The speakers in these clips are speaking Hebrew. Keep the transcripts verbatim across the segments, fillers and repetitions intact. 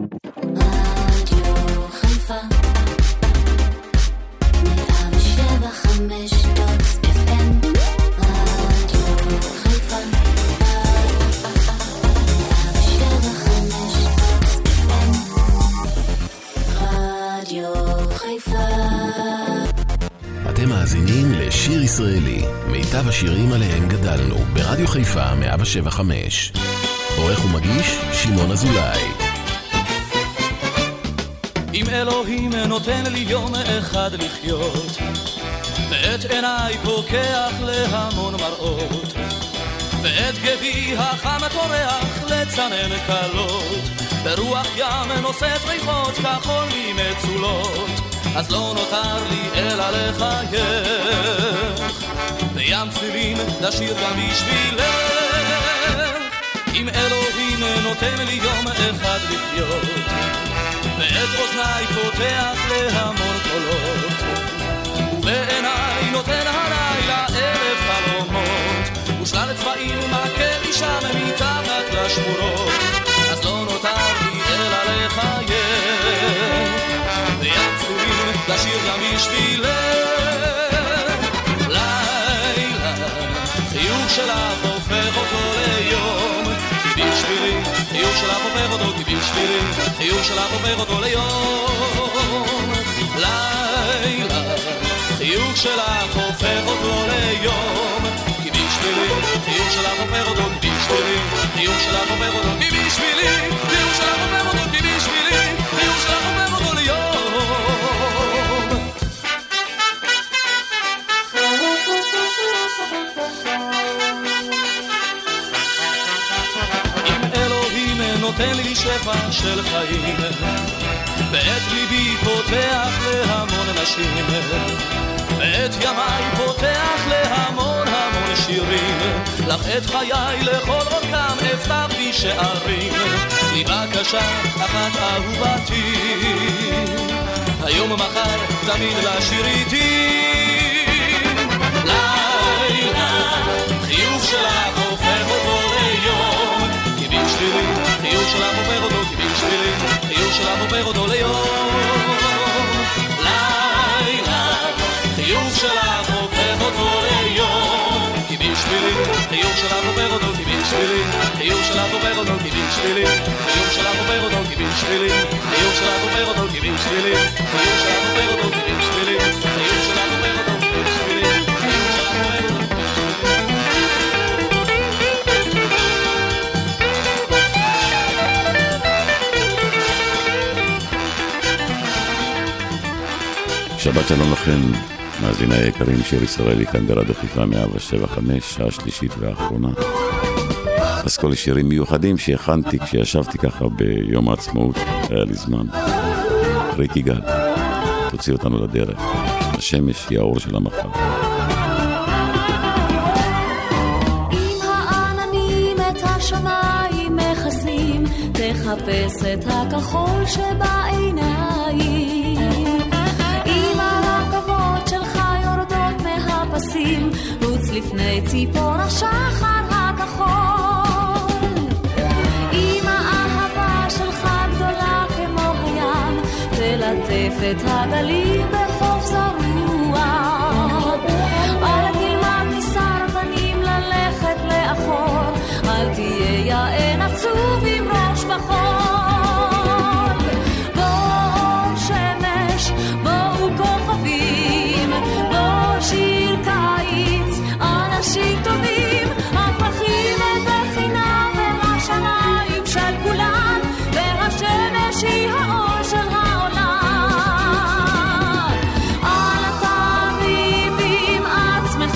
רדיו חיפה מאה ושבע חמש דוט אף אם רדיו חיפה מאה ושבע חמש דוט אף אם רדיו חיפה. אתם מאזינים לשיר ישראלי, מיטב השירים עליהם גדלנו, ברדיו חיפה מאה ושבע חמש. עורך ומגיש שמעון אזולאי. אם אלוהים נותן לי יום אחד לחיות, ואת עיניי פוקח להמון מראות, ואת גבי החם טורח לצנן קלות, ברוח ים נושאת ריחות כחול ממצולות, אז לא נותר לי אלא לחייך, בים צלילים לשיר גם בשבילך. אם אלוהים נותן לי יום אחד לחיות, ואת אוזניי פותח להמון קולות, ובעיניי נותן הלילה אלף חלומות, ושלל צבעים מכה לי שם מתחת לשמורות, אז לא נותר לי אלא לחייך, בים צלילים לשיר גם בשבילך. לילה חיוך שלך הופך אותו ליום, כי בשבילי חיוך שלך הופך אותו, כי בשבילי חיוך שלך הופך אותו ליום. לילה חיוך שלך הופך אותו ליום, כי בשבילי חיוך שלך הופך אותו, כי בשבילי חיוך שלך הופך אותו, כי בשבילי חיוך שלך הופך אותו, כי בשבילי חיוך שלך הופך אותו ליום. נותן לי שפע של חיים, ואת ליבי פותח להמון נשים, ואת ימיי פותח להמון המון שירים, לך את חיי לכל אורכם אפתחתי שערים, לי בקשה אחת אהובתי, היום מחר תמיד לשיר איתי. לילה חיוך שלך הופך אותו ליום, כי בשבילי חיוך שלך עובר אותו, כי בשבילי חיוך שלך עובר אותו ליום. לילה חיוך שלך הופך אותו ליום, כי בשבילי חיוך שלך עובר אותו, כי בשבילי חיוך שלך עובר אותו, כי בשבילי חיוך שלך עובר אותו, כי בשבילי חיוך שלך עובר אותו, כי בשבילי חיוך שלך עובר אותו, כי בשבילי חיוך שלך עובר אותו, כי בשבילי חיוך שלך עובר אותו. שבת שלום לכם, מאזיני היקרים, שיר ישראלי כאן ברדיו חיפה מאה ושבע חמש, שעה שלישית ואחרונה. אז כל שירים מיוחדים שהכנתי כשישבתי ככה ביום העצמאות, היה לי זמן. ריק יגאל, תוציא אותנו לדרך, השמש היא האור של המחר. אם העננים את השמיים מכסים, תחפש את הכחול שבעיניים, רוץ לפני ציפור השחר הכחול. אם האהבה שלך גדולה כמו הים, תלטף את הגלים בחוף זרוע, אל תלמד מסרבנים ללכת לאחור, אל תהיה יען עצוב עם ראש בחול. בואו שמש, בואו כוכבים, בואו שיר קיץ, אנשים טובים, הפרחים בחינם והשמיים של כולם, והשמש היא האור של העולם. אל תריב עם עצמך,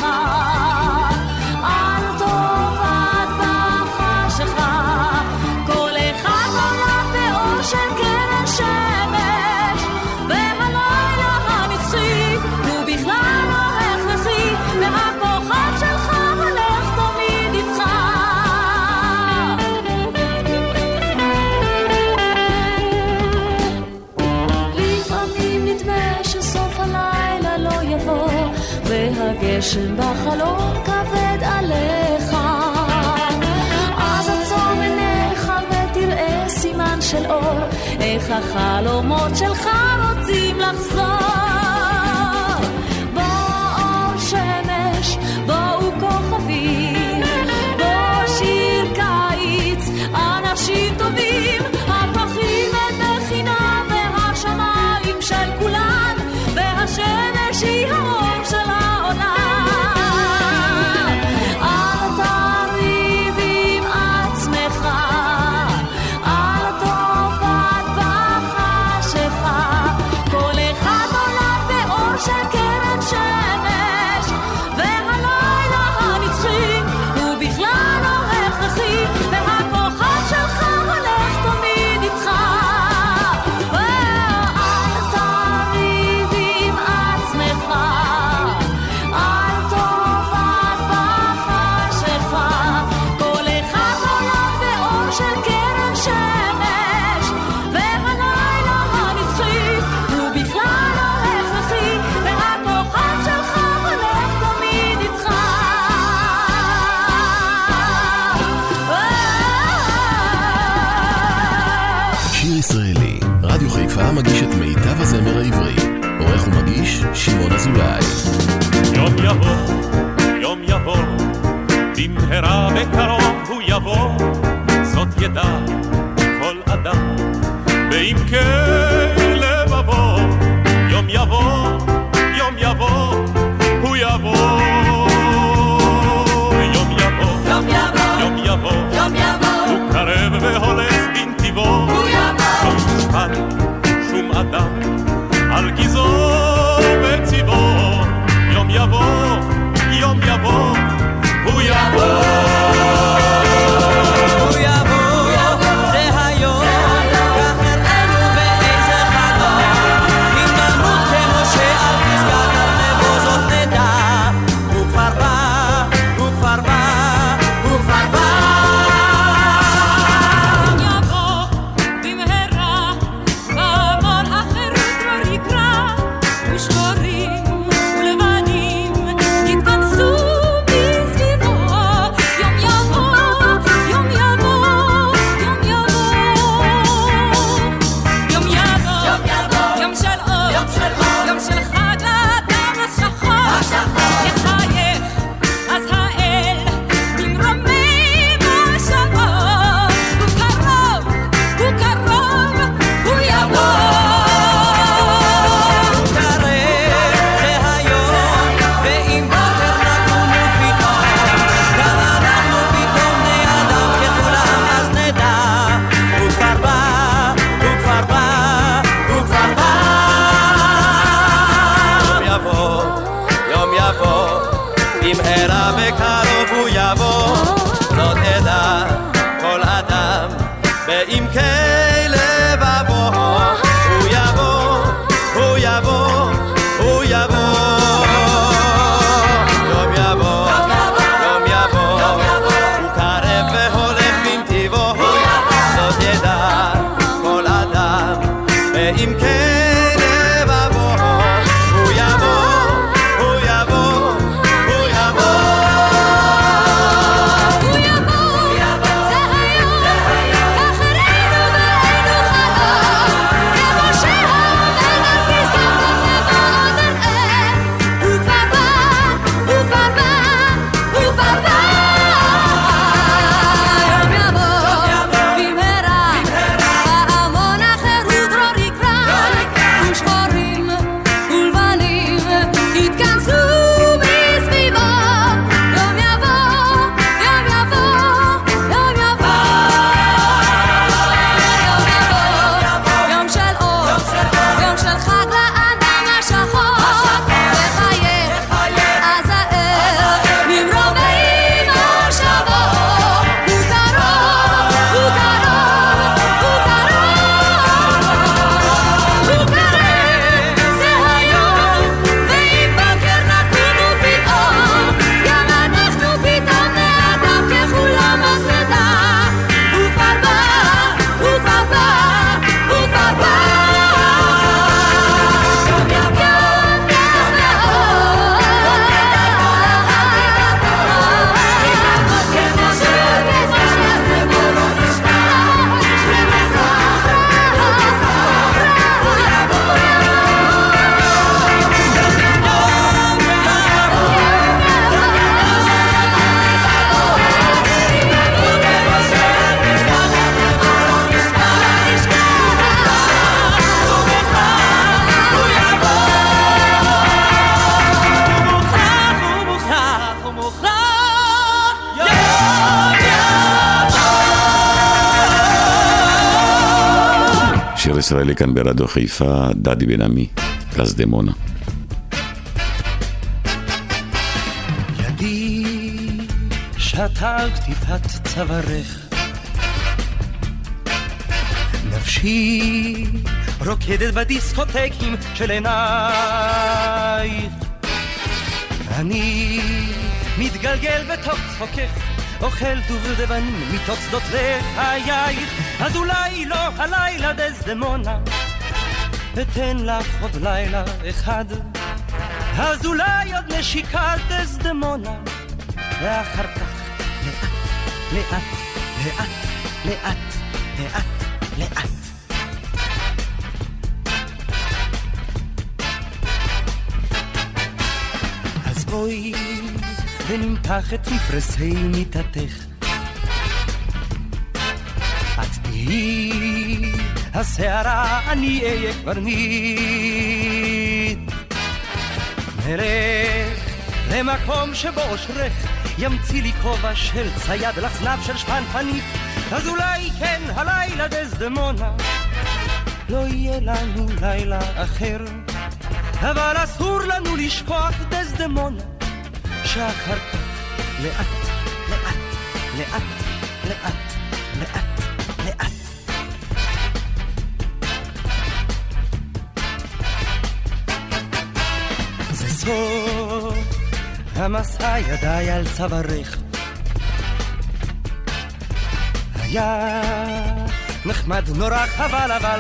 אל תאבד בחשכה, כל אחד נולד באור של קרן שמש, והלילה המצחי הוא בכלל לא הכרחי, והכוכב שלך הולך תמיד איתך. לפעמים נדמה שסוף הלילה לא יבוא, והגשם בחלום כבד עליך, אז עצום עיניך ותראה סימן של אור, איך החלומות שלך רוצים לחזור. בואו שמש, בואו כוכבים, בואו שיר קיץ, אנשים טובים, הפרחים הם בחינם והשמיים של כולם, והשמש היא האור של העולם. אל תריב עם עצמך, אל תאבד בחשיכה, כל אחד עולה באור של קרן שמש, והלילה הנצחי הוא בכלל לא הכרחי, והכוכב שלך הולך תמיד איתך. אל תריב עם עצמך, אל תאבד בחשיכה, כל אחד עולה באור של קרן שמש, והלילה הנצחי הוא בכלל לא הכרחי, והכוכב שלך הולך תמיד איתך. שיר ישראלי, רדיו חיפה מגיש את מיטב הזמר העברי. עורך ומגיש שמעון אזולאי. יום יבוא, יום יבוא, במהרה בקרוב הוא יבוא, זאת ידע כל אדם, בעמקי לבבו. יום יבוא, יום יבוא, הוא יבוא. יום יבוא, יום יבוא, יום יבוא, יום יבוא, הוא קרב והולך בנתיבו. הוא יבוא, לא יושפל שום אדם על גזעו וציבו. יום יבוא, יום יבוא, הוא יבוא. הוא יבוא, זה היום, כך הראינו באיזה חלום, אם נמות כמו שעל פסגת ארנבו זאת נדע. הוא כבר בא, הוא כבר בא, הוא כבר בא. יבוא במהרה, והמון החירות לא יקרא, ושחורים ולבנים יתכנסו מסביבו. יום יבוא, יום יבוא, יום יבוא, יום יבוא, יום של אור, יום של חג האדם השחור, יחייך אז האל ממרומם השחור. הוא קרוב, הוא קרוב, הוא יבוא. הוא קרב, זה היום, ואם בוקר נקומו פתאום, גם אנחנו פתאום בני אדם ככולם, אז נדע. הוא כבר בא, הוא כבר בא, הוא כבר בא. יום יבוא, יום יבוא, במהרה בקרוב הוא יבוא, זאת עדה כל אדם בעמקי לבבו. הוא יבוא, הוא יבוא, הוא יבוא. יום יבוא, יום יבוא, הוא קרב והולך בנתיבו, זאת ידע כל אדם בעמקי לבבו. הוא יבוא, הוא יבוא, הוא יבוא. הוא יבוא, זה היום, כך הראינו והיינו חלום, כמו שהעובד על פסגת ארנבו עוד נראה. הוא כבר בא, הוא כבר בא, הוא כבר בא. יום יבוא, במהרה, ההמון החירות דרור יקרא, שיר ישראלי כאן ברדיו חיפה, דדי בן עמי, דסדמונה. ידי שתה על כתיפת צווארך, נפשי רוקדת בדיסקוטקים של עינייך, אני מתגלגל בתוך צחוקך, אוכל דובדבנים מתוך שדות לחייך. אז אולי לא הלילה דסדמונה, אתן לך עוד לילה אחד, אז אולי עוד נשיקה דסדמונה, ואחר כך לאט, לאט, לאט, לאט, לאט, לאט. אז בואי ונמתח את מפרסי מיטתך, את תהי השערה, אני אהיה קברניט. נלך למקום שבו אושרך ימציא לי כובע של צייד לחזנב של שפנפנית, אז אולי כן הלילה דסדמונה לא יהיה לנו לילה אחר, אבל אסור לנו לשכוח דסדמונה, שאחר כך לאט, לאט, לאט, לאט, לאט, לאט. זה סוף המסע ידיי על צווארך, היה נחמד נורא חבל, אבל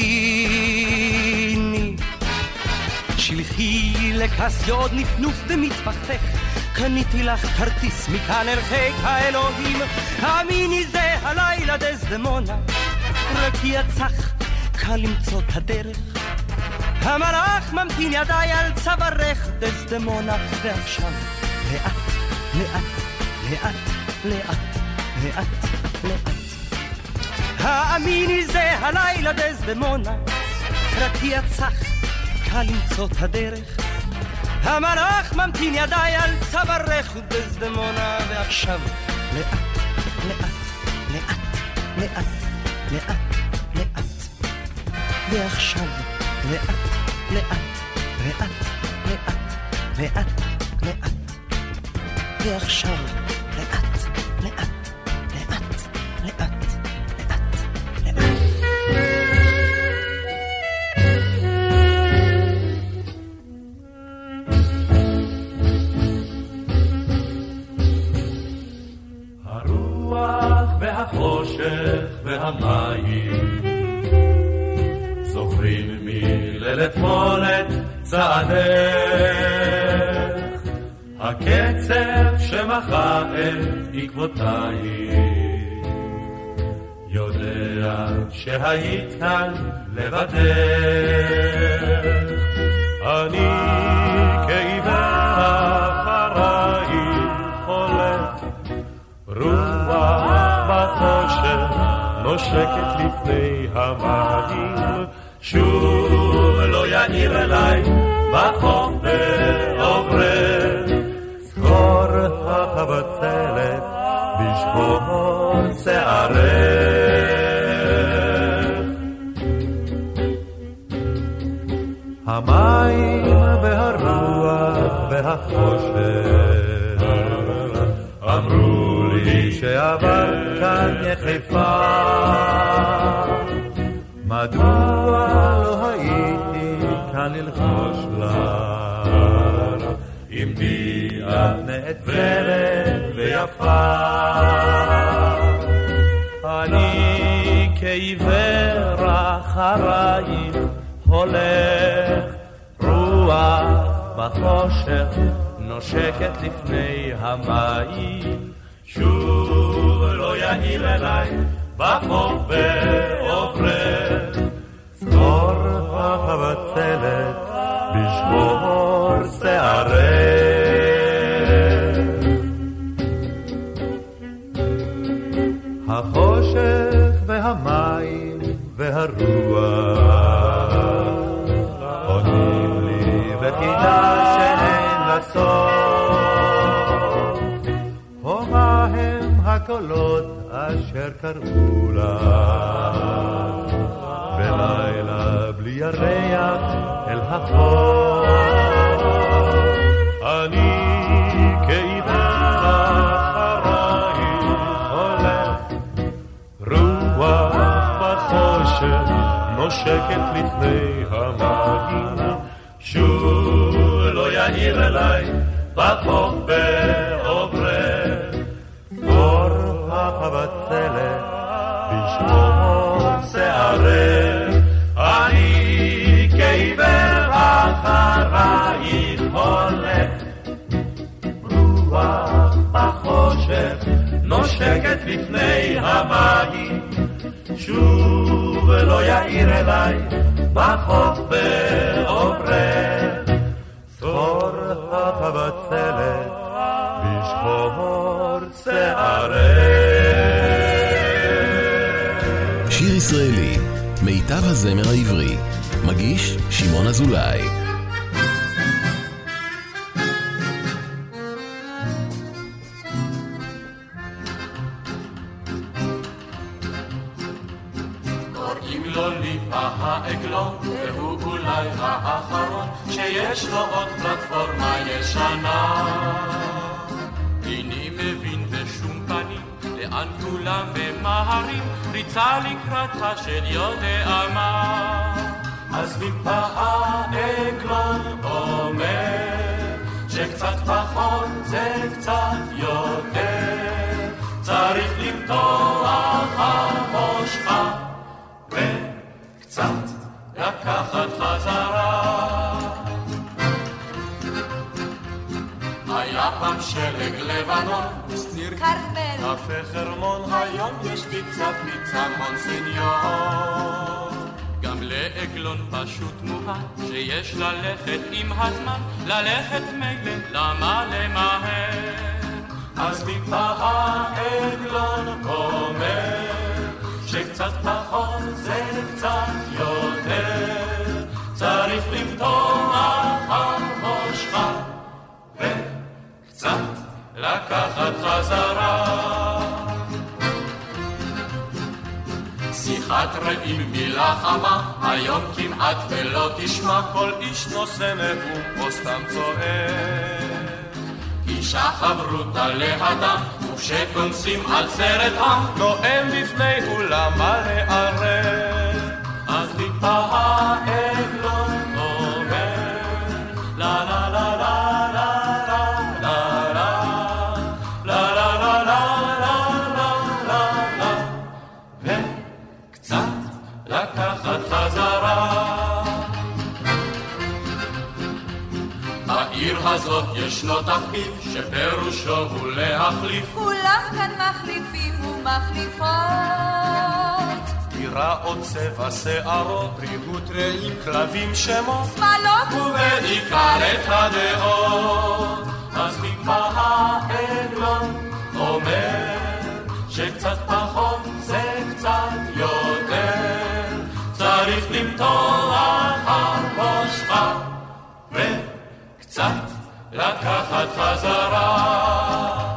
תביני, שלחי לקסיה עוד נפנוף במטפחתך, קניתי לך כרטיס מכאן אל חיק האלוהים. האמיני זה הלילה דסדמונה, רק יצח קל למצוא את הדרך, המלאך ממתין ידיי על צווארך דסדמונה. ועכשיו לאט, לאט, לאט, לאט, לאט, לאט. האמיני זה הלילה דסדמונה, רק יצח קל למצוא את הדרך, המלאך ממתין ידיי על צווארך דסדמונה. ועכשיו לאט, לאט, לאט, לאט, לאט, לאט. ועכשיו לאט, לאט, לאט, לאט, לאט, לאט. ועכשיו לאט, לאט, לאט, לאט, לאט, לאט. החושך והמים זוכרים מליל אתמול את צעדך, הקצב שמחה את עקבותייך, יודע שהיית כאן לבדך. אני כעיוור אחרייך הולך, רוח בחושך נושקת לפני המים, שוב לא יאיר אליי בחוף בעוברך, זכור החבצלת בשבור שערך. המים והרוח והחושך אמרו לי שעבר כאן יחפה, מדוע לא הייתי כאן ללחוש לך, אם בי את נעצרת ויפה. אני כעיוור אחרייך הולך, רוח בחושך נושקת לפני המים, שוב לא יאיר אליי בחוף בעוברך, זכור החבצלת בשבור שערך. החושך והמים והרוח עונים לי בחידה שאין לה סוף, ומה הם הקולות אשר קראו לך בלילה ירח אל החור. אני כעיוור אחרייך הולך, רוח בחושך נושקת לפני המים, שוב לא יאיר אליי בחוף בעוברך, אור הבצלת בשחור שערך. אני כעיוור אחרייך הולך, רוח בחושך נושקת לפני המים, שוב לא יאיר אליי בחוף בעוברך, צור הבצלת בשחור שערך. שיר ישראלי, מיטב הזמר העברי, מגיש שמעון אזולאי. קוראים לו ליפה העגלון, והוא אולי האחרון שיש לו עוד פלטפורמה ישנה. איני מבין בשום פנים לאן כולם ממהרים, ריצה לקראת השד יודע מה. אז ליפה העגלון אומר שקצת פחות זה קצת יותר, צריך למתוח המושכה וקצת לקחת חזרה. היה פעם שלג לבנון, סניר קרמל, קפה חרמון, היום יש פיצה פיצה מונסניור. גם לעגלון פשוט מובן שיש ללכת עם הזמן, ללכת מילא, למה למהר? אז ליפה העגלון אומר שקצת פחות זה קצת יותר, צריך למתוח המושכה וקצת לקחת חזרה. שיחת רעים מילה חמה, היום כמעט ולא תשמע, כל איש נושא נאום או סתם צועק. אישה חברותה לאדם, וכשכונסים על סרט עם, נואם בפני אולם לערב. אז ליפה העגלון אומר לה לה לה לה לה לה לה לה לה לה לה, וקצת לקחת חזרה. בעיר הזאת ישנו תחביב שפירושו הוא להחליף, כולם כאן מחליפים ומחליפות, דירה או צבע שערות, ריהוט רעים, כלבים שמות, שמאלות ובעיקר את הדעות. אז ליפה העגלון אומר שקצת פחות זה קצת יותר, צריך למתוח המושכה וקצת לקחת חזרה.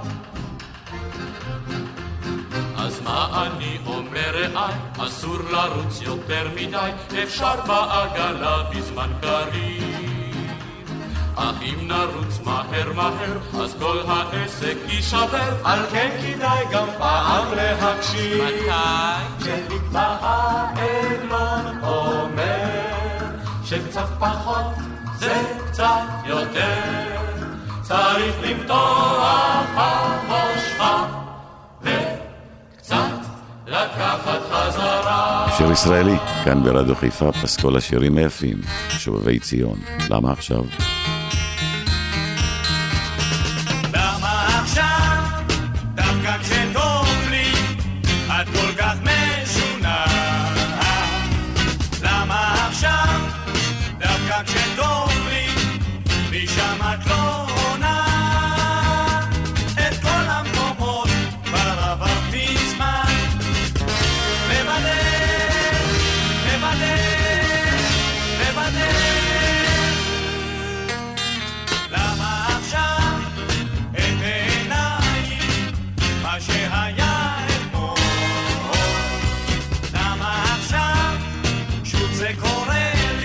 אז מה אני אומר רעי, אסור לרוץ יותר מדי, אפשר בעגלה בזמן קריב, אך אם נרוץ מהר מהר אז כל העסק יישבר, על כן כדאי גם פעם להקשיב. מתי? שליפה העגלון אומר שקצת פחות זה קצת יותר, צריך למתוח המושכה וקצת לקחת חזרה. שיר ישראלי, כאן ברדיו חיפה, פסקול השירים היפים, שובבי ציון. למה עכשיו? למה עכשיו? דווקא כשטוב לי, את כל כך משונה. למה עכשיו? דווקא כשטוב לי, לי שם את לא עונה. את כל המקומות כבר עברתי זמן, מבדל, מבדל, מבדל. למה עכשיו את בעיניי מה שהיה אתמול? למה עכשיו שוב זה קורה לי?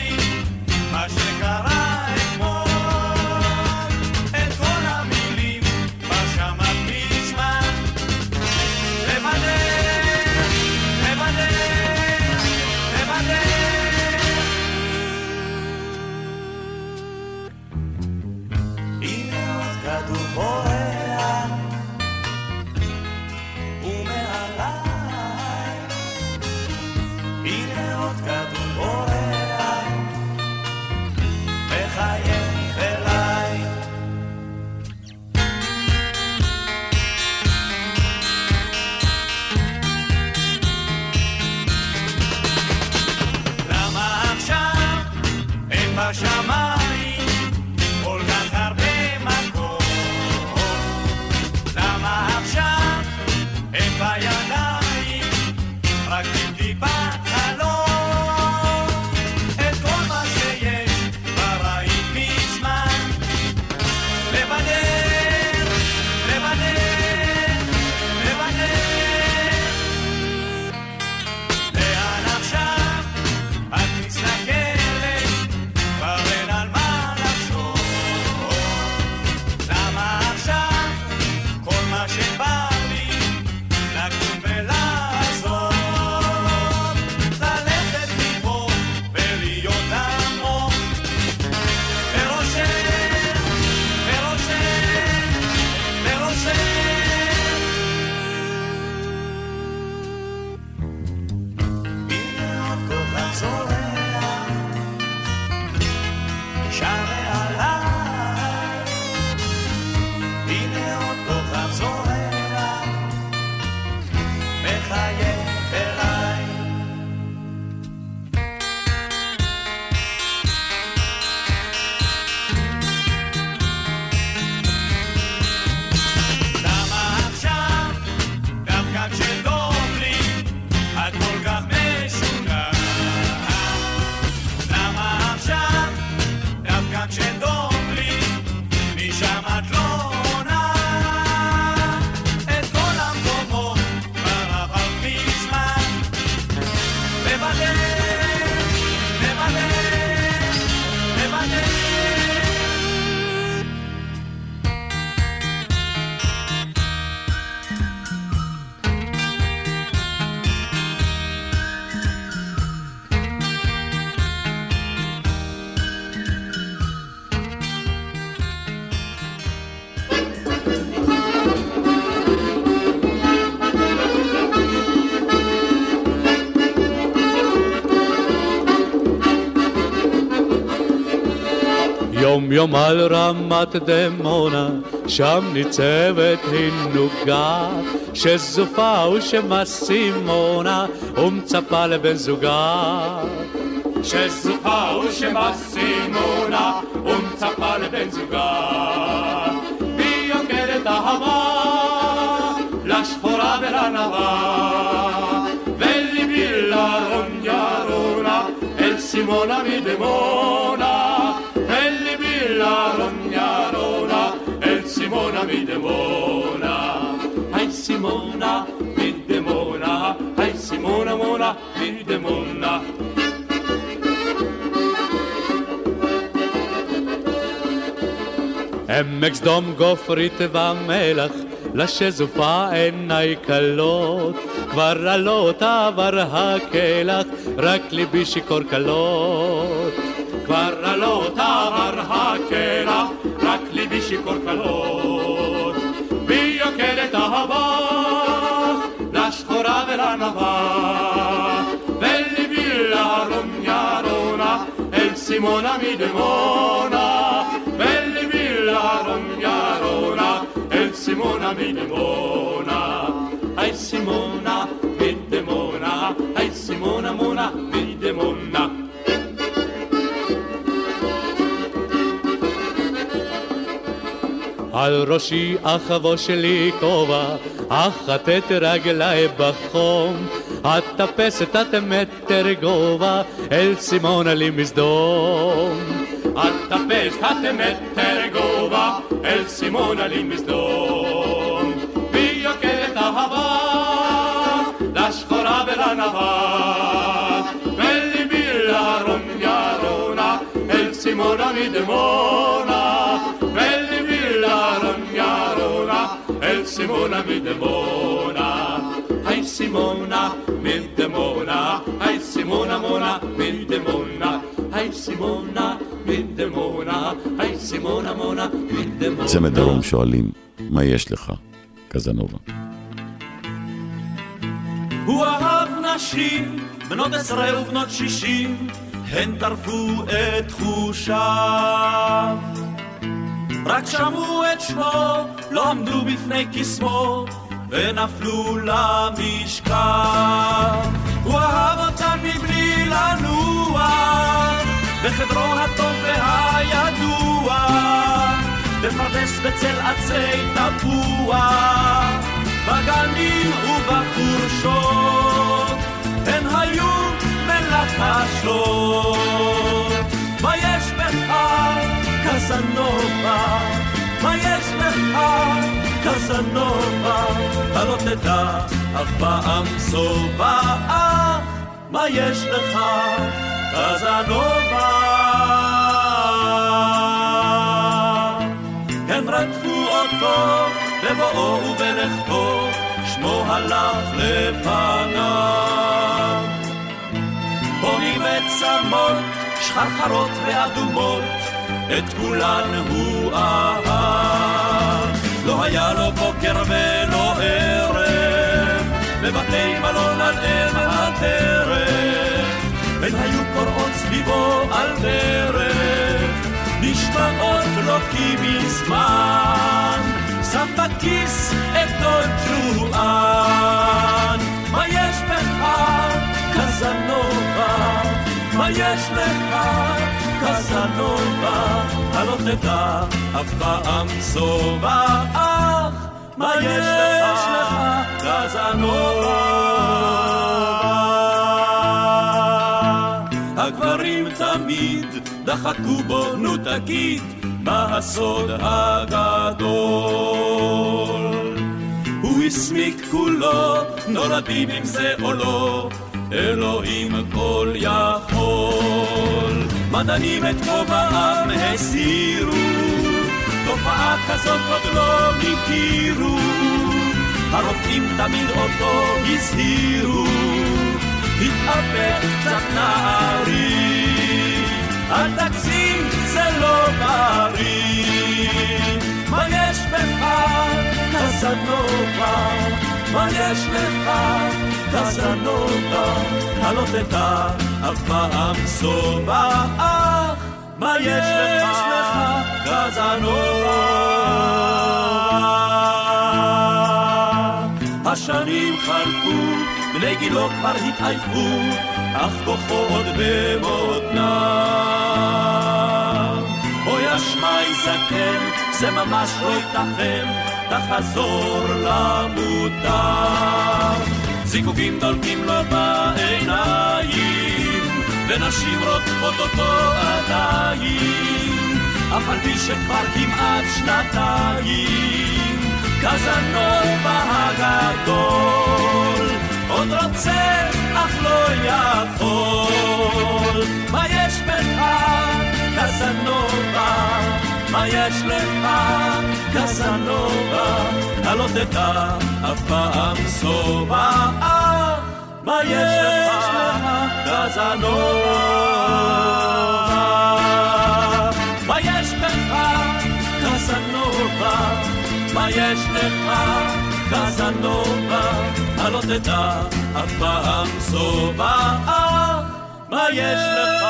יום יום על רמת דמונה, שם ניצבת הנוגה, שזופה ושמסימונה, ומצפה לבן זוגה. שזופה ושמסימונה, ומצפה לבן זוגה. והיא יוקדת אהבה, לשחורה ולנבה, וליבי לרון ירונה, אל סימונה מדמונה. La rognarona, el Simona mi demona, ay Simona mi demona, ay Simona mona mi demona. עמק סדום גופרית ומלח, לשזופה עיניי קלות, כבר עלות עבר הכלח, רק ליבי שיכור קלות. כבר עלות עבר הכלח, רק ליבי שיכור קלות. והיא יוקדת אהבה, לשחורה ולנבה, וליבי לרון ירונה, אל סימונה מדמונה, וליבי לרון ירונה, אל סימונה מדמונה. היי סימונה מדמונה, היי סימונה מונה מדמונה. על ראשי אחבו שלי כובע, אחת את רגלי בחום, אטפס את מטר גובה, אל סימונה לי מסדום. אטפס את מטר גובה, אל סימונה לי מסדום. והיא יוקדת אהבה, לשחורה ולנבה, וליבי לרון ירונה, אל סימונה מדמונה. El Simona mi demona, ay Simona mi demona, ay Simona mona mi demona, ay Simona mi demona, ay Simona mona mi demona. צמד דרום שואלים, מה יש לך, קזנובה? הוא אהב נשים, בנות עשרה ובנות שישים, הן טרפו את תחושיו. רק שמעו את שמו, לא עמדו בפני קסמו, ונפלו למשכב. הוא אהב אותם מבלי לנוע, בחדרו הטוב והידוע, בפרדס בצל עצי תפוח, בגנים ובחורשות, הן היו מלחשות. מה יש בך קזנובה, מה יש לך קזנובה, הלא תדע אף פעם סובה, אך מה יש לך קזנובה. הם רדפו אותו בבואו ובלכתו, שמו הלך לפניו. פונים וצמות, שחרחרות ואדומות, את כולן הוא אהב. לא היה לו בוקר ולא ערב, בבתי מלון על אם הדרך, הן היו קוראות סביבו על דרך, נשמעות לו כי מזמן, שם בכיס את דון ג'ואן. מה יש בך קזנובה, מה יש לך קזנובה, הלא תדע אף פעם סובה, אך מה יש לך קזנובה. הגברים תמיד דחקו בו, נו תגיד מה הסוד הגדול. הוא הסמיק כולו, נולדים עם זה או לא, אלוהים כל יכול. מדענים את כובעם הסירו, תופעה כזאת עוד לא הכירו, הרופאים תמיד אותו הזהירו, התאבק קצת נערי, אל תגזים זה לא בריא. מה יש בך קזנובה, מה יש לך קזנובה, הלא תדע אף פעם סובה, אך מה יש לך, קזנובה? השנים חלפו, בני גילו כבר התעייפו, אך כוחו עוד במותניו. אוי אשמי זקן, זה ממש לא ייתכן, תחזור למוטב. זיקוקים דולקים לו בעיניים, ונשים רודפות אותו עדיין, אף על פי שכבר כמעט שנתיים, קזנובה הגדול עוד רוצה אך לא יכול. מה יש בך, קזנובה? מה יש לך, קזנובה? הלא תדע אף פעם סובה. מה יש לך, קזנובה? מה יש בך, קזנובה? מה יש לך, קזנובה? הלא תדע אף פעם סובה. מה יש לך,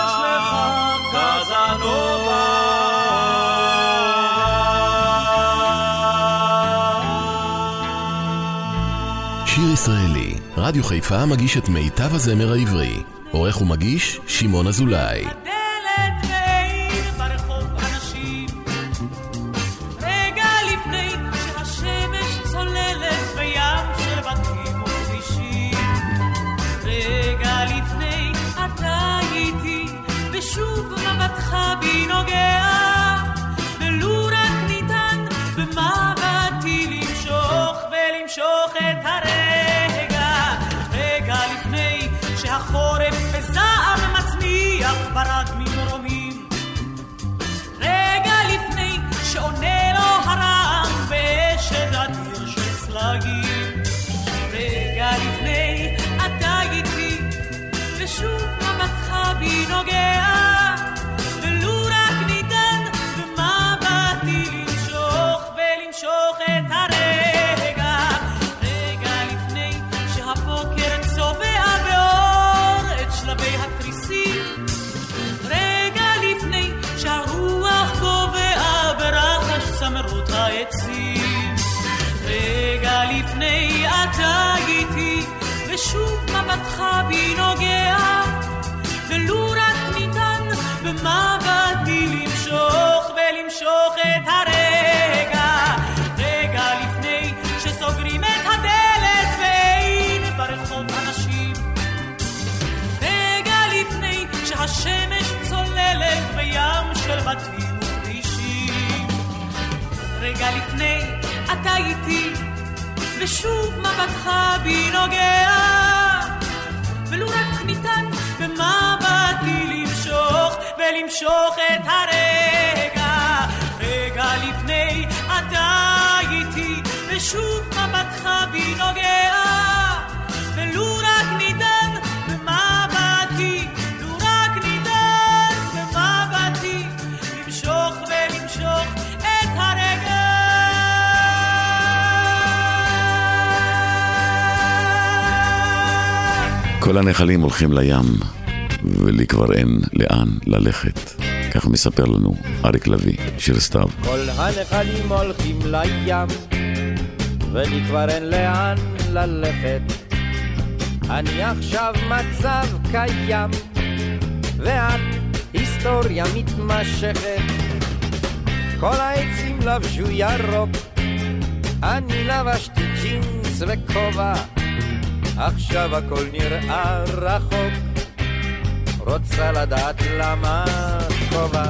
קזנובה? שיר ישראלי, רדיו חיפה מגיש את מיטב הזמר העברי. עורך ומגיש שמעון אזולאי. ושוב מבטך בי נוגע, ולו רק ניתן במבטי למשוך ולמשוך את הרגע. רגע לפני שהחורף בזעם מצמיח ברד ממרומים, רגע לפני שעונה לו הרעם באשד אדיר של סלגים. רגע לפני אתה איתי, ושוב מבטך בי נוגע, ולו רק ניתן במבטי למשוך ולמשוך את הרגע. רגע לפני שהבוקר צובע באור את שלבי התריסים, רגע לפני שהרוח גובע ברחש צמרות העצים. רגע לפני אתה איתי, ושוב מבטך בי נוגע, ולו רק ניתן במבטי למשוך ולמשוך את הרגע. רגע לפני שסוגרים את הדלת ואין ברחוב אנשים, רגע לפני שהשמש צוללת בים של בתים וכבישים. רגע לפני אתה איתי, ושוב מבטך בי נוגע, ולו רק ניתן במבטי למשוך ולמשוך את הרגע. רגע לפני אתה איתי, ושוב מבטך בי נוגע, ולו רק ניתן במבטי, לו רק ניתן במבטי למשוך ולמשוך את הרגע. כל הנחלים הולכים לים, ולי כבר אין לאן ללכת. כך מספר לנו אריק לוי, שיר סתיו. כל הנחלים הולכים לים, ולי כבר אין לאן ללכת. אני עכשיו מצב קיים, ואת היסטוריה מתמשכת. כל העצים לבשו ירוק, אני לבשתי ג'ינס וכובע, עכשיו הכל נראה רחוק, רוצה לדעת למה כובע.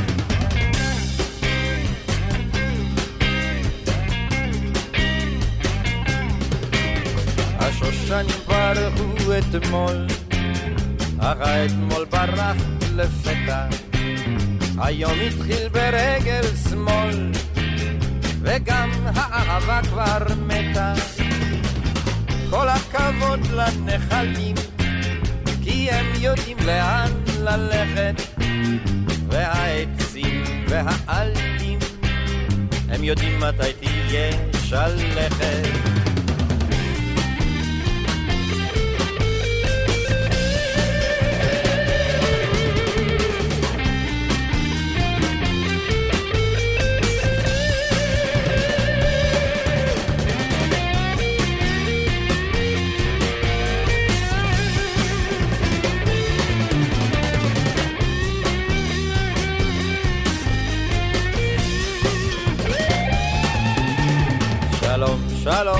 השושנים פרחו אתמול, אך האתמול ברח לפתע, היום התחיל ברגל שמאל, וגם האהבה כבר מתה. כל הכבוד לנחלים, כי הם יודעים לאן ללכת, והעצים והעלים, הם יודעים מתי תהיה שלכת.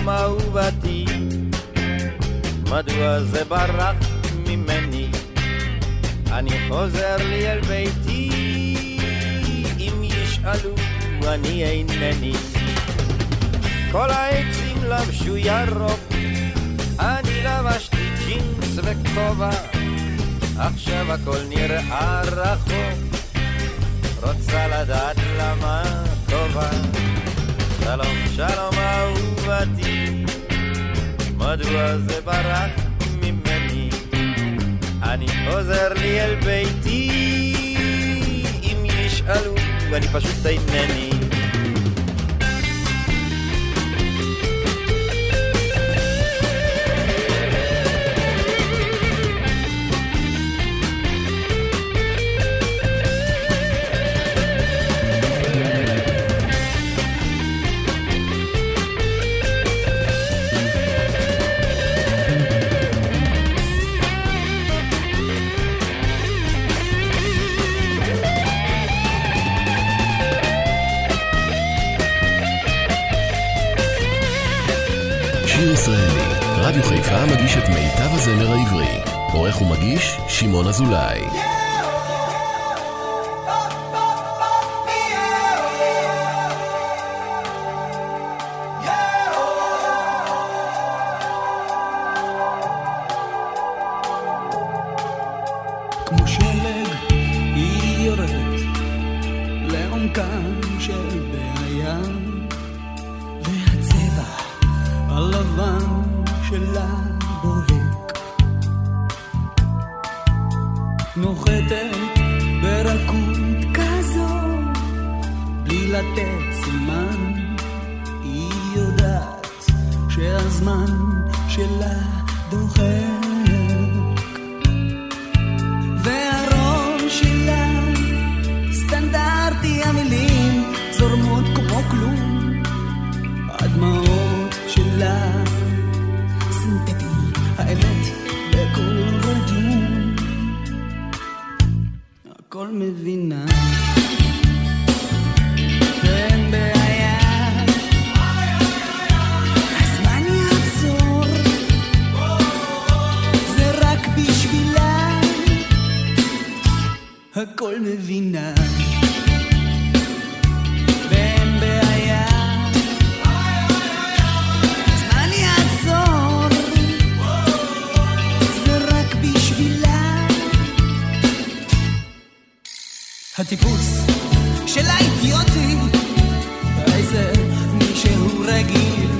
שלום אהובתי, מדוע זה ברח ממני? אני חוזר לי אל ביתי, אם ישאלו אני אינני. כל העצים לבשו ירוק, אני לבשתי ג'ינס וכובע, עכשיו הכל נראה רחוק, רוצה לדעת למה טובה. שלום שלום אהובתי, מדוע זה ברח ממני? אני חוזר לי אל ביתי, אם ישאלו אני פשוט אינני. שיר ישראלי, רדיו חיפה מגיש את מיטב הזמר העברי. עורך ומגיש שמעון אזולאי. כמו שלג היא יורדת לעומקם של בעיה, והצבע הלבן שלה בוהק, נוחתת ברכות כזו בלי לתת סימן. היא יודעת שהזמן שלה דוחק, והראש שלה סטנדרטי, המילים זורמות כמו כלום, הדמעות שלה סינתטי, האמת בכל רדיום, הכל מבינה, אין בעיה, הזמן יעצור, זה רק בשבילה, הכל מבינה, ואין בעיה, הזמן יעצור, זה רק בשבילה. הטיפוס של האידיוטי, איזה מישהו רגיל,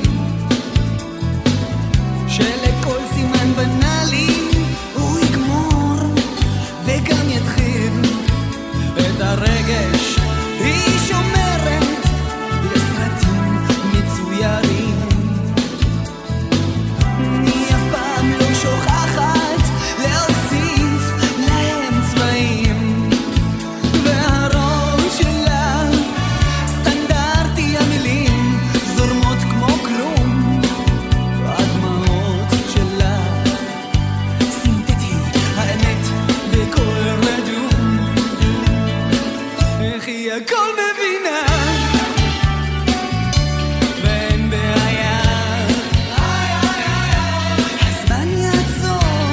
שלכל סימן בנאלי הוא יגמור וגם יתחיל את הרגש. היא שומרת לסרטים מצוירים, היא אף פעם לא שוכחת להוסיף להם צבעים, והראש שלה סטנדרטי, המילים זורמות כמו כלום, והדמעות שלה סינתטי, האמת בכל רדיום, איך היא הכל מבינה, ואין בעיה, הזמן יעצור,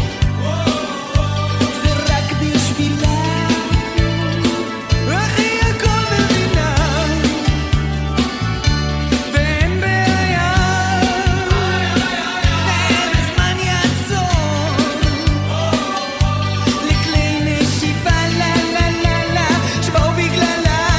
זה רק בשבילה, איך היא הכל מבינה, ואין בעיה, הזמן יעצור, לכלי נשיפה לה לה לה לה שבאו בגללה,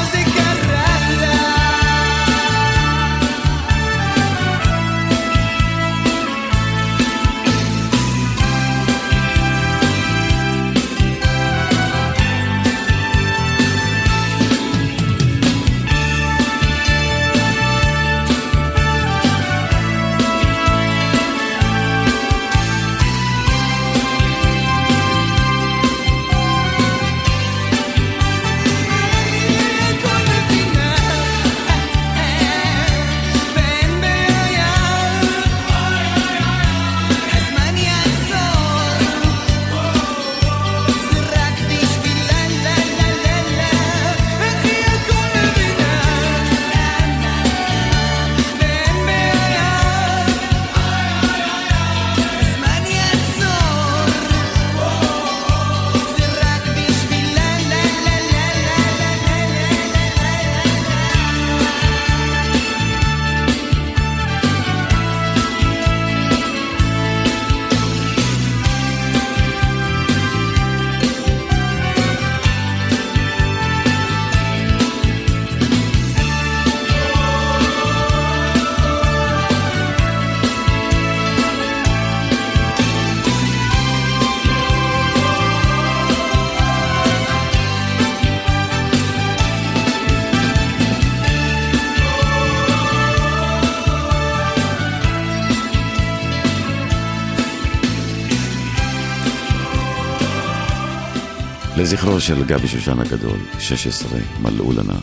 לזכרו של גבי שושן הגדול, שש עשרה מלאו לנהר.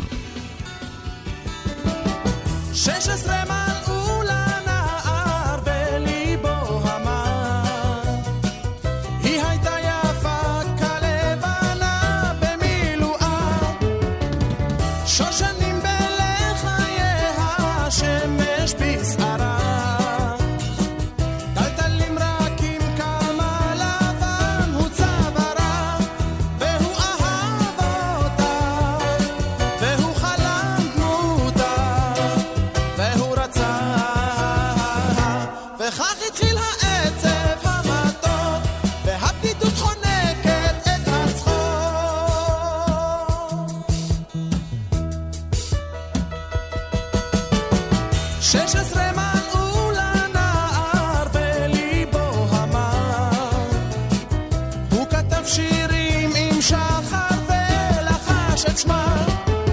שש עשרה מלאו לנהר וליבו המר, היא הייתה יפה כלבנה במילואה, שושנים בלחייה שמש בשערה, טלטלים רכים כמה לבן הוא צווארה, והוא אהב אותה והוא חלם דמותה והוא רצה, וכך התחיל העצב המתוק והבדידות חונקת את הצחוק. שש עשרה מלאו לנער וליבו המר, הוא כתב שירים עם שחר ולחש את שמה,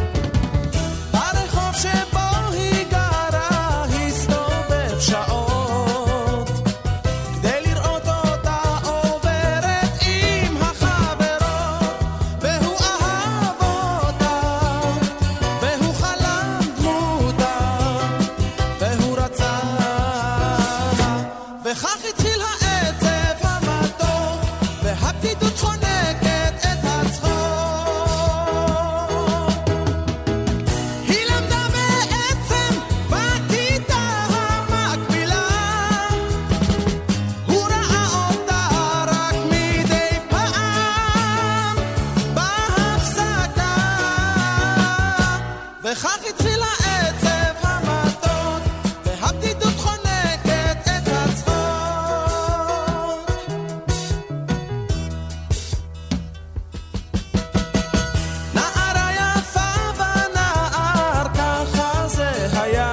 ברחוב שבו היא גרה הסתובב שעות כדי לראות אותה עוברת עם החברות, והוא אהב אותה והוא חלם דמותה והוא רצה, וכך התחיל העצב המתוק והבדידות חונקת את הצחוק. היא למדה בעצם בכיתה המקבילה, הוא ראה אותה רק מדי פעם בהפסקה, וכך התחיל העצב המתוק והבדידות חונקת את הצחוק. נערה יפה ונער ככה זה היה,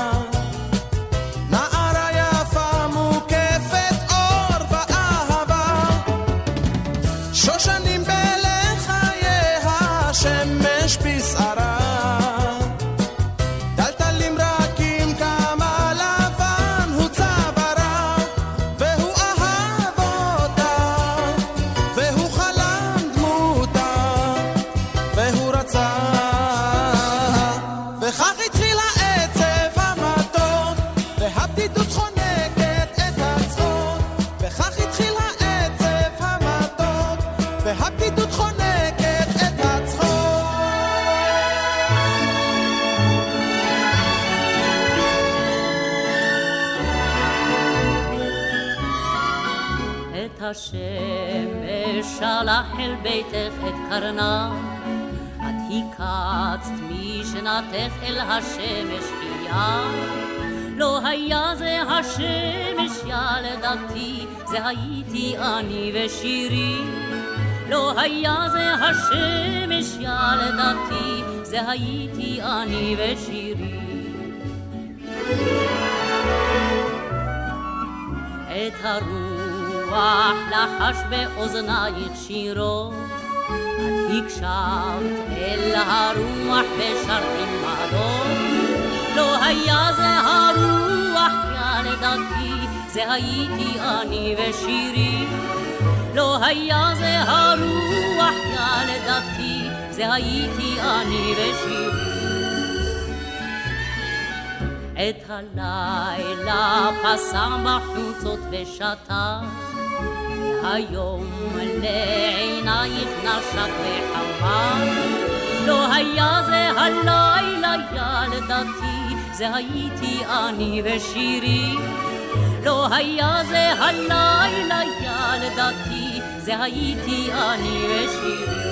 נערה יפה מוקפת אור ואהבה, שושנים בלחייה שמש בשערה, טלטלים רכים כמה לבן הוא צווארה, והוא אהב אותה והוא חלם דמותה והוא רצה, וכך התחיל העצב המתוק והבדידות חונקת את הצחוק, וכך התחיל העצב המתוק והבדידות חונקת את הצחוק. את השמש שלח אל ביתך את קרנה, את הקצת משנתך אל השמש חייה, לא היה זה השמש ילדתי, זה הייתי אני ושירי, לא היה זה השמש ילדתי, זה הייתי אני ושירי. את הרוח לחש באוזנייך שירו, את הקשבת אל הרוח ושרת עמדו, לא היה זה הרוח ילדתי, זה הייתי אני ושירי, לא היה זה הרוח ילדתי, זה הייתי אני ושירי. את הלילה פסם בחוצות ושתה, היום לעינייך נשק וחמה, לא היה זה הלילה ילדתי, זה הייתי אני ושירי, לא היה זה הלילה ילדתי, זה הייתי אני ושירי.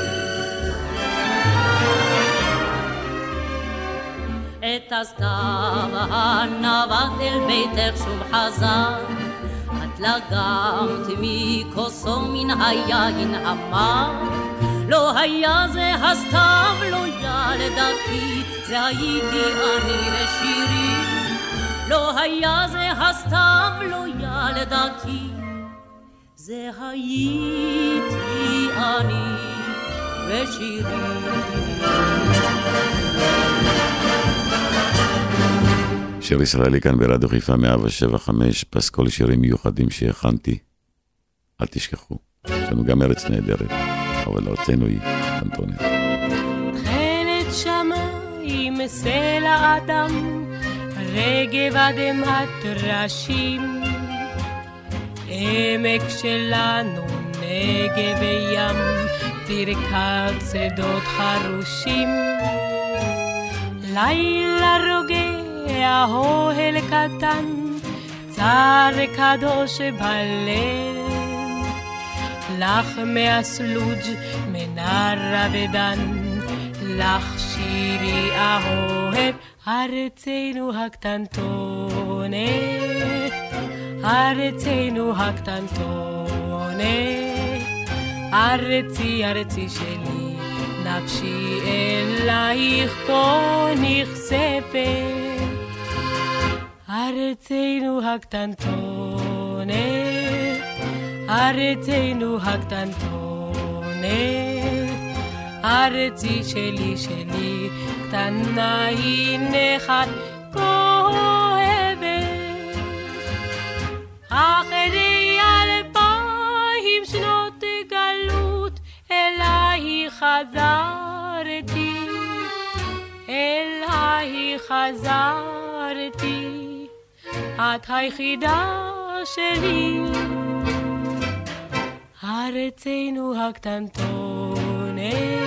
את הסתיו הנווט אל ביתך שוב חזר, את לגמת מכוסו מן היין המר, לא היה זה הסתיו לא ילדתי, זה הייתי אני ושירי, לא היה זה הסתיו לא ילדתי, זה הייתי אני ושירי. שיר ישראלי כאן ברדיו חיפה מאה שבע וחמש, פסקול שירים מיוחדים שהכנתי. אל תשכחו, יש לנו גם ארץ נהדרת. אבל ארצנו היא קטנטונת. תכלת שמיים סלע אדם, רגב אדמת ראשים, עמק שלנו נגב וים, תרקד שדות חרושים. לילה רוגע אוהל קטן, צר קדוש בליל, לך מהסלוג' מנרה ודן, לך שירי אהוב, ארצנו הקטנטונת, ארצנו הקטנטונת, ארצי ארצי שלי, נפשי אלייך כה נכספת, ארצנו הקטנטונת, ארצנו הקטנטונת, ארצי שלי שלי, קטנה היא נחת כואבת. אחרי אלפיים שנות גלות, אליי חזרתי, אליי חזרתי, את היחידה שלי. ארצנו הקטנטונת,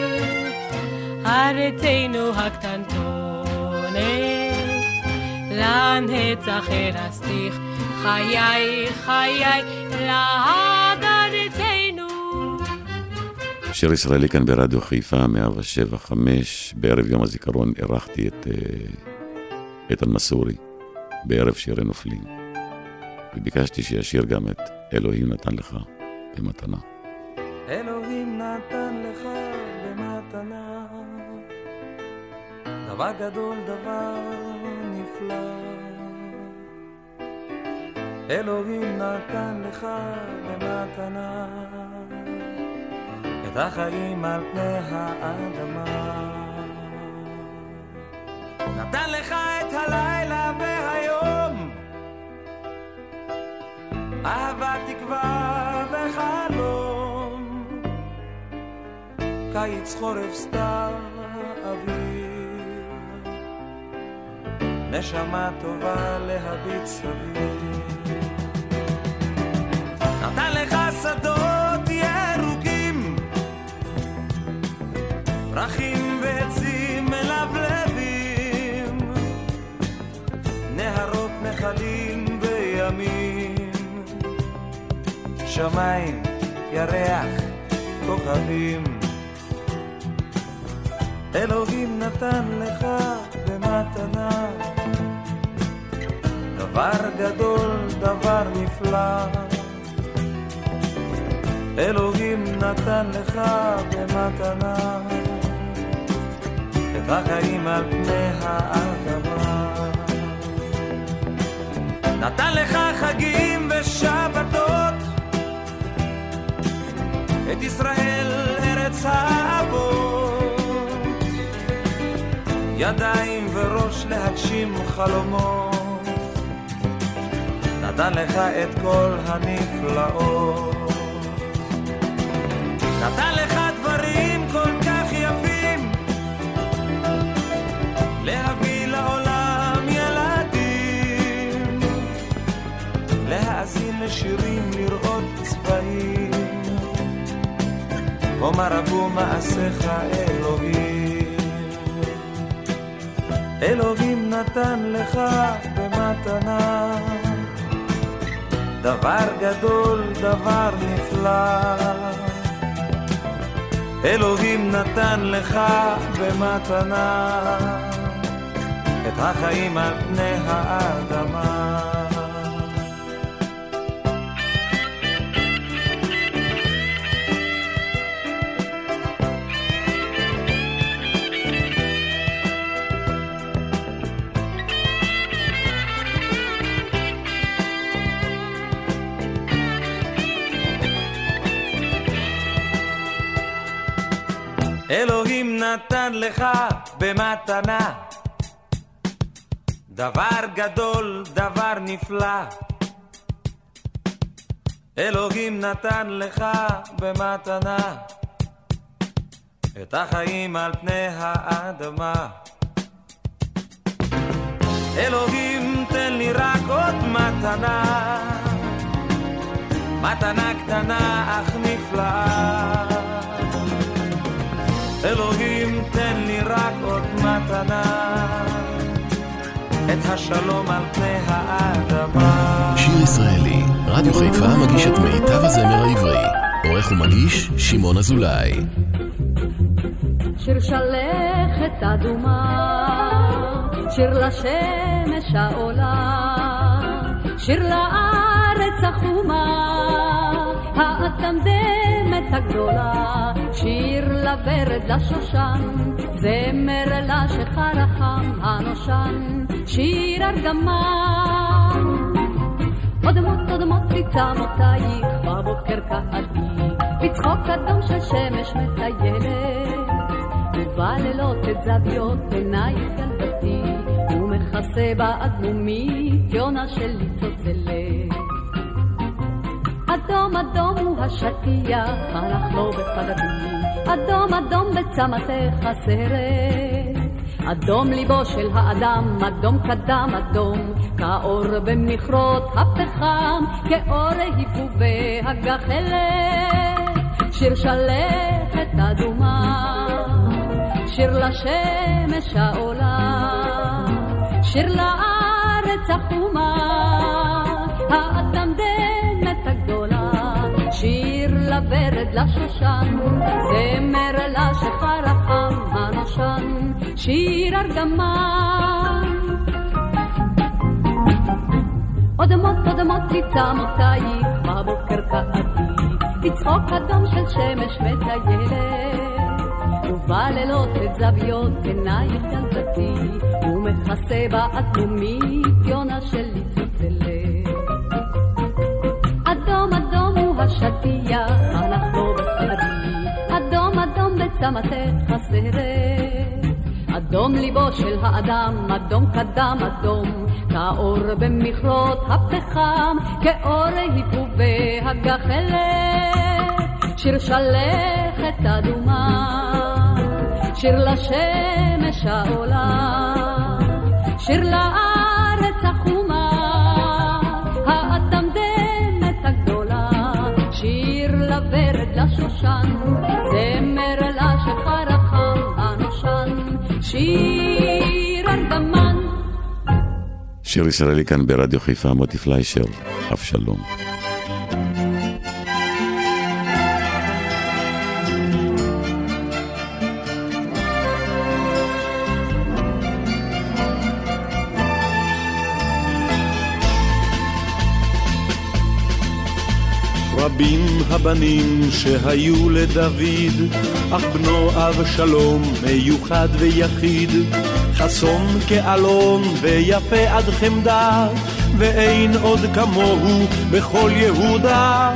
ארצנו הקטנטונת, לנצח ארסתיך, חיי חיי לעד ארצנו. שיר ישראלי כאן ברדיו חיפה מאה שבע חמש. בערב יום הזיכרון ערכתי את איתן מסורי בערב שירי נופלים, וביקשתי שישיר גם את אלוהים נתן לך במתנה. אלוהים נתן לך במתנה דבר גדול, דבר נפלא. אלוהים נתן לך במתנה את החיים על פני האדמה. נתן לך את הלילה והיום, אהבה, תקווה וחלום, קיץ, חורף, סתיו, אביב, נשמה טובה להביט סביב. נתן לך שדות ירוקים, פרחים ועצים מלבלבים, נהרות, נחלים וימים, שמיים, ירח, כוכבים. אלוהים נתן לך במתנה דבר גדול, דבר נפלא. אלוהים נתן לך במתנה את החיים על פני האדמה. נתן לך חגים ושבתות, את ישראל ארץ האבות, ידיים וראש להגשים חלומות. נתן לך את כל הנפלאות, נתן לך דברים כל כך יפים, להביא לעולם ילדים, להאזין לשירים, לראות צבעים, ומה רבו מעשיך אלוהים. אלוהים נתן לך במתנה דבר גדול, דבר נפלא. אלוהים נתן לך במתנה את החיים על פני האדמה. אלוהים נתן לך במתנה דבר גדול, דבר נפלא. אלוהים נתן לך במתנה את החיים על פני האדמה. אלוהים תן לי רק עוד מתנה, מתנה קטנה אך נפלאה. אלוהים תן לי רק עוד מתנה, את השלום על פני האדמה. שיר ישראלי, רדיו חיפה מגיש את מיטב הזמר העברי. עורך ומגיש שמעון אזולאי. שיר שלכת אדומה, שיר לשמש העולה, שיר לארץ החומה האטמדמת הגדולה, שיר לוורד לשושן, זמר לשחר החם הנושן, שיר ארגמן. אודמות אודמות תצמותייך בבוקר קעתי, בצחוק אדום של שמש מטיילת, ובלילות את זוויות עינייך ילדתי, ומכסה באדמומית יונה שלי צוצלת. אדום אדום הוא השטיח, הלך לו בחדרי, אדום אדום בצמתך הסרט, אדום ליבו של האדם, אדום קדם אדום, כאור במכרות הפחם, כאור היפובי הגחלת. שיר שלכת אדומה, שיר לשמש העולה, שיר לארץ החומה האטמדמת הגדולה, שיר לוורד לשושן, זמר לשחר החם הנושן, שיר ארגמן. אודמות אודמות תצמותייך בבוקר קעתי, בצחוק אדום של שמש מטיילת, ובלילות את זוויות עינייך ילדתי, ומכסה באטמומית יונה שלי צוצלת. אדום אדום הוא השטיח, הלך בו בחדרי, אדום אדום בצמתך הסרט, אדום ליבו של האדם, אדום קדם אדום, כאור במכרות הפחם, כאור היפובי הגחלת. שיר שלכת אדומה, שיר לשמש העולה, שיר לארץ החומה האטמדמת הגדולה, שיר לוורד לשושן, זמר לשחר החם הנושן, שיר ארגמן. שיר ישראלי כאן ברדיו חיפה, מוטי פליישר, אבשלום. רבים הבנים שהיו לדוד, אך בנו אבשלום מיוחד ויחיד, חסון כאלון ויפה עד חמדה, ואין עוד כמוהו בכל יהודה.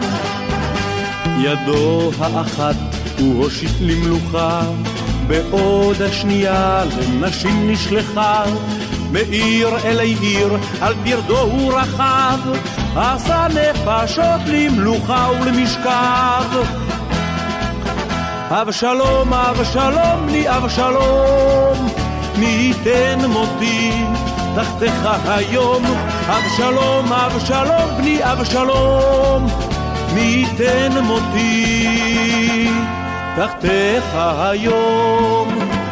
ידו האחת הוא הושיט למלוכה, בעוד השנייה לנשים נשלחה, מעיר אלי עיר על פרדו הוא רחב, עשה נפשות למלוכה ולמשכב. אבשלום אבשלום לי אבשלום, מי ייתן מותי תחתך היום. אבשלום אבשלום בני אבשלום, מי ייתן מותי תחתך היום.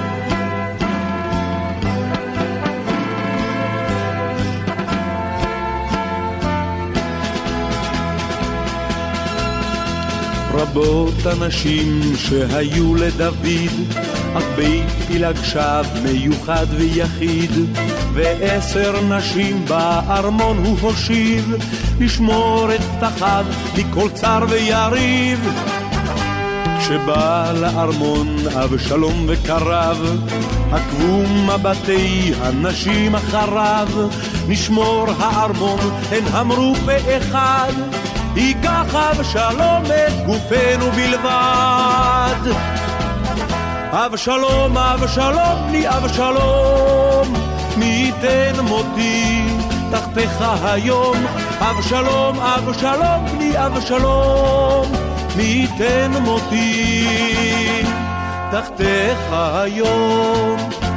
רבות אנשים שהיו לדוד, אך בית פילג שב מיוחד ויחיד, ועשר נשים בארמון הוא הושיב, לשמור את פתחיו מכל צר ויריב. כשבא לארמון אבשלום וקרב, עקבו מבטי הנשים אחריו, נשמור הארמון הן אמרו באחד, ייקח אבשלום את גופנו בלבד. אבשלום אבשלום לי אבשלום, מי ייתן מותי תחתך היום. אבשלום אבשלום לי אבשלום, מי ייתן מותי תחתיך היום.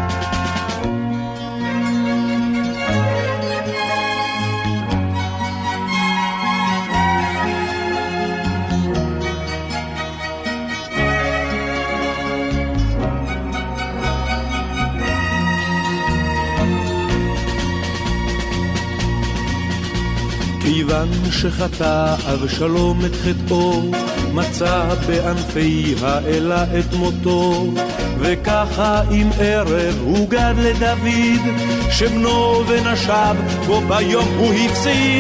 כיוון שחטא אבשלום את חטאו, מצא בענפי האלה את מותו, וככה עם ערב הוגד לדוד, שבנו ונשב בו ביום הוא הפסיד.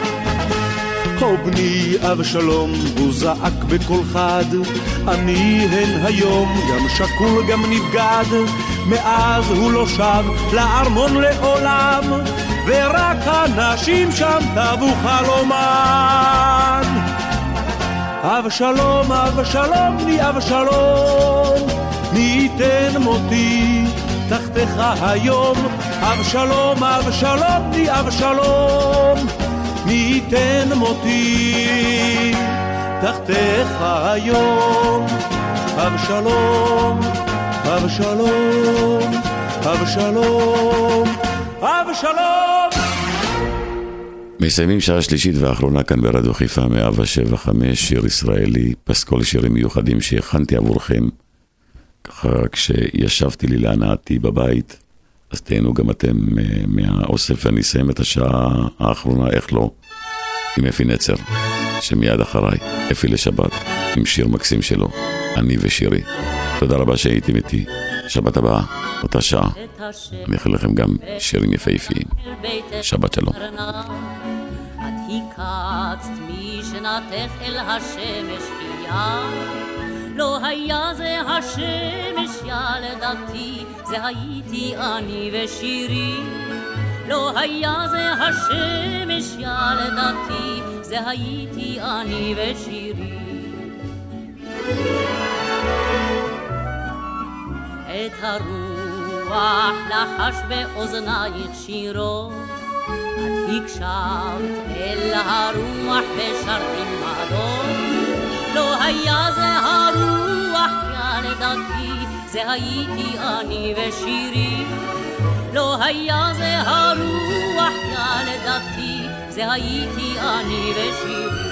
הו בני אבשלום, הוא זעק בקול חד, אני הן היום גם שקול גם נבגד. מאז הוא לא שב לארמון לעולם, ורק הנשים שם טבו חלומן. אבשלום, אבשלום, בני אבשלום, מי ייתן מותי תחתיך היום. אבשלום, אבשלום, בני אבשלום, מי ייתן מותי תחתיך היום. אבשלום, אבשלום, אבשלום, אבשלום. מסיימים שעה שלישית ואחרונה כאן ברדיו חיפה מאה שבע חמש, שיר ישראלי, פסקול שירים מיוחדים שהכנתי עבורכם. ככה כשישבתי לי להנאתי בבית, אז תהנו גם אתם מהאוסף, ואני אסיים את השעה האחרונה, איך לא, עם אפי נצר, שמיד אחריי, אפי לשבת, עם שיר מקסים שלו, אני ושירי. תודה רבה שהייתם איתי. שבת הבאה, אותה שעה, אני אכול לכם גם שירים יפהפיים. שבת שלום. את הקצת משנתך אל השמש חייה, לא היה זה השמש ילדתי, זה הייתי אני ושירי. לא היה זה השמש ילדתי, זה הייתי אני ושירי. את הרוח לחש באוזנייך שירו, את הקשבת אל הרוח ושרת עמדו. לא היה זה הרוח ילדתי, זה הייתי אני ושירי. לא היה זה הרוח ילדתי, זה הייתי אני ושירי.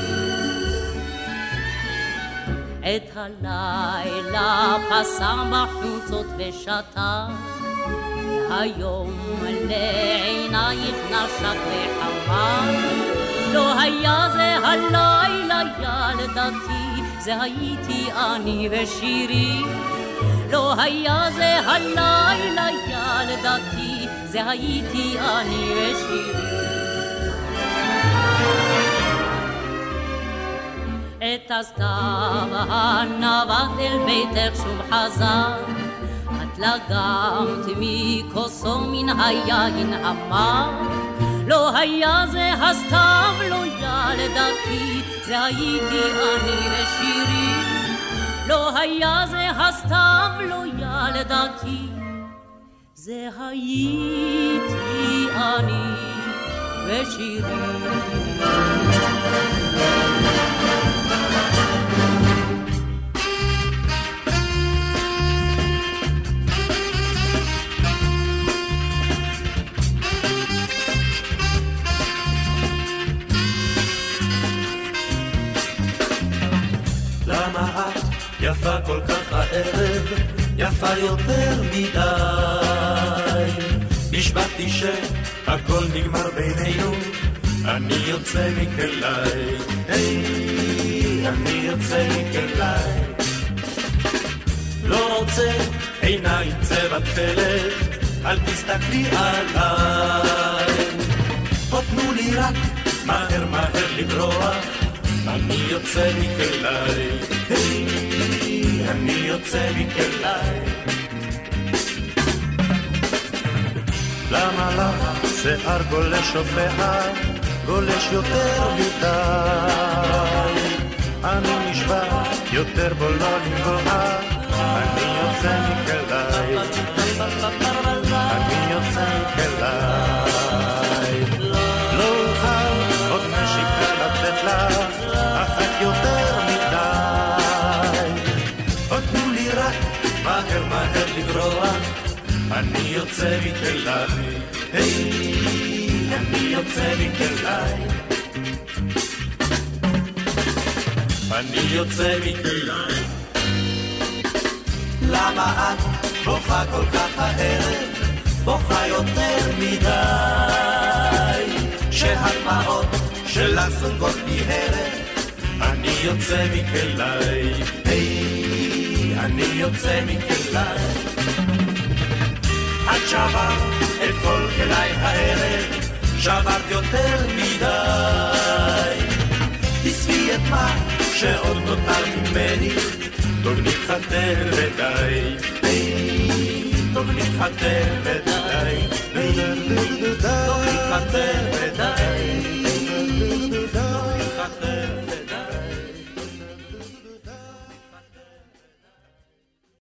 את הלילה פסם בחוצות ושתה, היום לעינייך נשק וחמה. לא היה זה הלילה ילדתי, זה הייתי אני ושירי. לא היה זה הלילה ילדתי, זה הייתי אני ושירי. את הסתיו הנבט אל ביתך שוב חזר, את לגמת מכוסו מן היין המר. לא היה זה הסתיו לא ילדתי, זה הייתי אני ושירי. לא היה זה הסתיו לא ילדתי, זה הייתי אני ושירי. למה את יפה כל כך הערב, יפה יותר מדי. נשבעתי שהכל נגמר בינינו, אני יוצא מכלי, היי, אני יוצא מכלי. לא רוצה עיניי צבע תפלת, אל תסתכלי עליי. פה תנו לי רק מהר מהר לברוח, אני יוצא מכלי, היי, אני יוצא מכלי. למה לך שיער גולש הופע, גולש יותר מדי. אני נשבע יותר בו לא לנגוע, אני יוצא מכלי, אני יוצא מכלי. לא אוכל עוד נשיקה לתת לך, אחת יותר מדי. עוד תנו לי רק מהר מהר לברוח, אני יוצא מכלי, היי, אני יוצא מכלי, אני יוצא מכלי. למה את בוכה כל כך הערב, בוכה יותר מדי, שהדמעות שלה סונגות מהרב, אני יוצא מכלי, היי, אני יוצא מכלי. את שבר את כל כלי הערב, שברת יותר מדי, תספי את מה שעוד נותר ממני, טוב נתחתן ודי, היי, טוב נתחתן ודי.